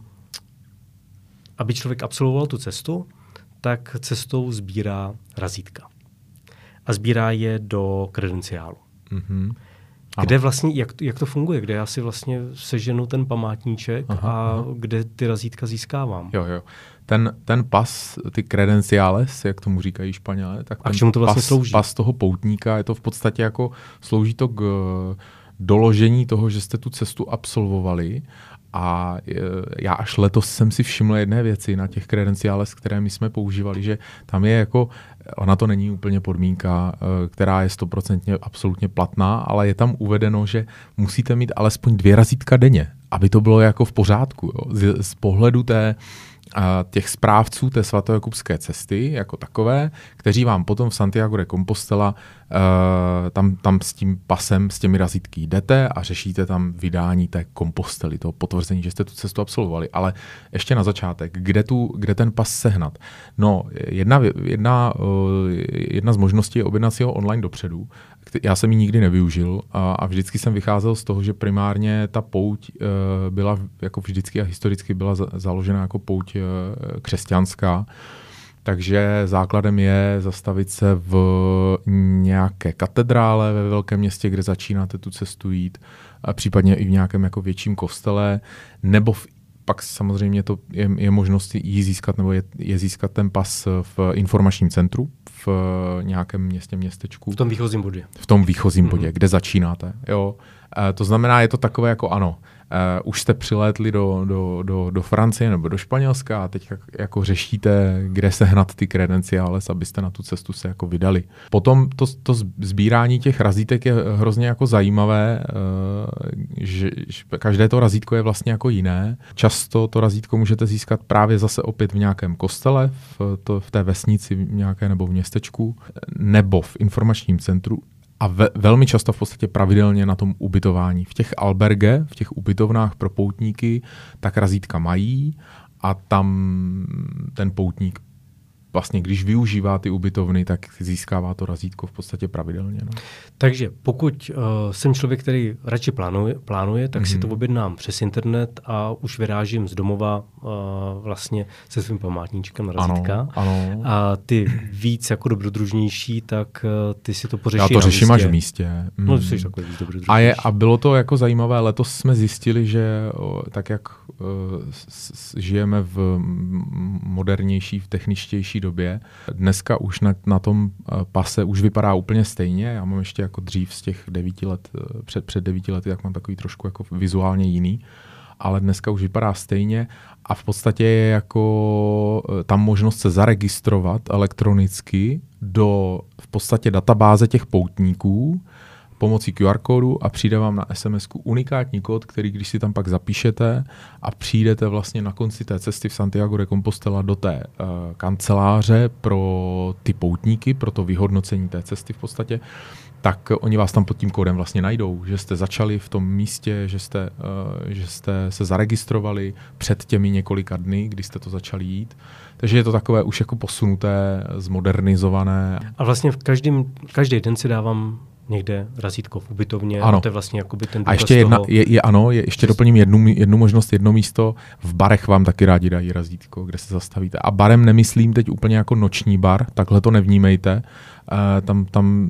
aby člověk absolvoval tu cestu, tak cestou sbírá razítka. A sbírá je do kredenciálu. Mm-hmm. Kde vlastně, jak, jak to funguje? Kde já si vlastně seženu ten památníček aha, a aha. kde ty razítka získávám? Jo, jo. Ten, ten pas, ty credenciales, jak tomu říkají Španělé, tak a ten čemu to vlastně pas, slouží? Pas toho poutníka, je to v podstatě jako, slouží to k doložení toho, že jste tu cestu absolvovali. A já až letos jsem si všiml jedné věci na těch credenciales, které my jsme používali, že tam je jako, ona to není úplně podmínka, která je stoprocentně absolutně platná, ale je tam uvedeno, že musíte mít alespoň dvě razítka denně, aby to bylo jako v pořádku. Jo. Z, z pohledu té a těch správců té svatojakubské cesty jako takové, kteří vám potom v Santiago de Compostela uh, tam, tam s tím pasem, s těmi razítky jdete a řešíte tam vydání té kompostely, toho potvrzení, že jste tu cestu absolvovali. Ale ještě na začátek, kde, tu, kde ten pas sehnat? No, jedna, jedna, uh, jedna z možností je objednat si ho online dopředu. Já jsem ji nikdy nevyužil a, a vždycky jsem vycházel z toho, že primárně ta pouť uh, byla jako vždycky a historicky byla za, založena jako pouť uh, křesťanská. Takže základem je zastavit se v nějaké katedrále ve velkém městě, kde začínáte tu cestu jít, a případně i v nějakém jako větším kostele, nebo v pak samozřejmě to je, je možnost jí získat, nebo je, je získat ten pas v informačním centru, v nějakém městě, městečku. V tom výchozím bodě. V tom výchozím mm-hmm. bodě, kde začínáte. Jo. E, to znamená, je to takové jako ano, e, už jste přilétli do, do, do, do Francie nebo do Španělska a teď jako řešíte, kde sehnat ty credenciales, abyste na tu cestu se jako vydali. Potom to, to sbírání těch razítek je hrozně jako zajímavé, e, že, že každé to razítko je vlastně jako jiné. Často to razítko můžete získat právě zase opět v nějakém kostele, v, to, v té vesnici nějaké nebo v městečku, nebo v informačním centru. A ve, velmi často v podstatě pravidelně na tom ubytování. V těch alberge, v těch ubytovnách pro poutníky, tak razítka mají a tam ten poutník vlastně, když využívá ty ubytovny, tak získává to razítko v podstatě pravidelně. No. Takže pokud uh, jsem člověk, který radši plánuje, plánuje tak mm-hmm. si to objednám přes internet a už vyrážím z domova uh, vlastně se svým památníčkem na razítka. Ano, ano. A ty víc jako dobrodružnější, tak uh, ty si to pořeší Já to řeším až v místě. Mm. No, jsi takový víc dobrodružnější. A, je, a bylo to jako zajímavé. Letos jsme zjistili, že o, tak jak uh, s, s, žijeme v modernější, v techničtější době. Dneska už na, na tom pase už vypadá úplně stejně. Já mám ještě jako dřív z těch devíti let, před, před devíti lety, tak mám takový trošku jako vizuálně jiný. Ale dneska už vypadá stejně a v podstatě je jako tam možnost se zaregistrovat elektronicky do v podstatě databáze těch poutníků pomocí Q R kódu a přijde vám na es em esku unikátní kód, který když si tam pak zapíšete a přijdete vlastně na konci té cesty v Santiago de Compostela do té uh, kanceláře pro ty poutníky, pro to vyhodnocení té cesty v podstatě, tak oni vás tam pod tím kódem vlastně najdou, že jste začali v tom místě, že jste, uh, že jste se zaregistrovali před těmi několika dny, kdy jste to začali jít. Takže je to takové už jako posunuté, zmodernizované. A vlastně v každým, každý den si dávám někde razítko v ubytovně. Ano. A to je vlastně jakoby ten důkaz a ještě jedna, toho... je, je, ano, je, ještě doplním jednu, jednu možnost, jedno místo. V barech vám taky rádi dají razítko, kde se zastavíte. A barem nemyslím teď úplně jako noční bar, takhle to nevnímejte. Uh, tam, tam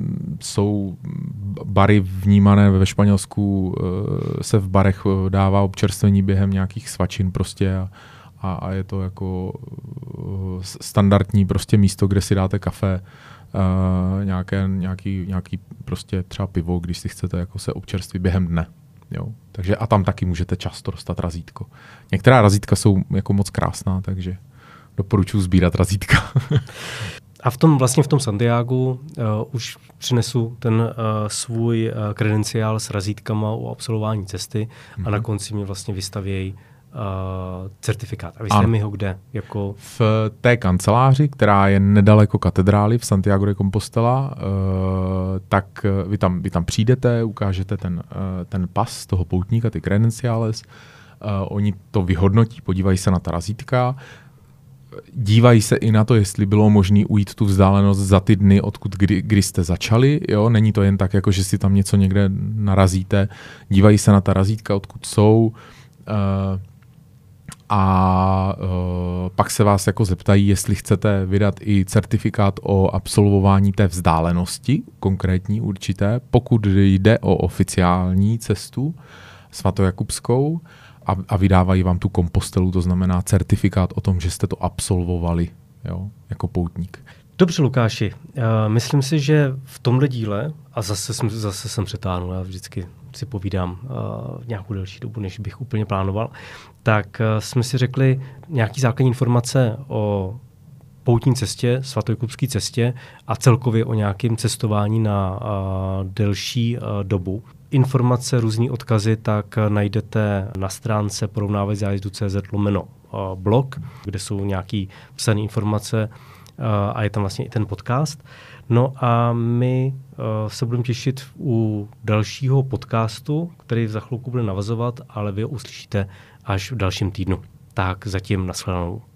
jsou bary vnímané ve Španělsku, uh, se v barech dává občerstvení během nějakých svačin prostě a, a, a je to jako uh, standardní prostě místo, kde si dáte kafe, Uh, nějaké, nějaký, nějaký prostě třeba pivo, když si chcete jako se občerstvit během dne. Jo? Takže a tam taky můžete často dostat razítko. Některá razítka jsou jako moc krásná, takže doporučuji sbírat razítka. A v tom vlastně v tom Santiagu uh, už přinesu ten uh, svůj uh, kredenciál s razítkama o absolvování cesty mm-hmm. a na konci mi vlastně vystavějí Uh, certifikát. A vy jste mi ho kde? Jako... V té kanceláři, která je nedaleko katedrály v Santiago de Compostela, uh, tak vy tam, vy tam přijdete, ukážete ten, uh, ten pas toho poutníka, ty credenciales, uh, oni to vyhodnotí, podívají se na ta razítka, dívají se i na to, jestli bylo možné ujít tu vzdálenost za ty dny, odkud kdy, kdy jste začali. Jo? Není to jen tak, jako že si tam něco někde narazíte. Dívají se na ta razítka, odkud jsou. Uh, a uh, pak se vás jako zeptají, jestli chcete vydat i certifikát o absolvování té vzdálenosti, konkrétní určité, pokud jde o oficiální cestu svatojakubskou a, a vydávají vám tu kompostelu, to znamená certifikát o tom, že jste to absolvovali, jo, jako poutník. Dobře, Lukáši, uh, myslím si, že v tomhle díle, a zase jsem, zase jsem přetáhnul, já vždycky si povídám uh, nějakou delší dobu, než bych úplně plánoval, tak uh, jsme si řekli nějaký základní informace o poutní cestě, svatojakubské cestě a celkově o nějakém cestování na uh, delší uh, dobu. Informace, různý odkazy, tak uh, najdete na stránce porovnávat zájezdu tečka cé zet lomeno uh, blog, kde jsou nějaké psané informace uh, a je tam vlastně i ten podcast. No a my uh, se budeme těšit u dalšího podcastu, který za chvilku bude navazovat, ale vy ho uslyšíte až v dalším týdnu. Tak zatím nashledanou.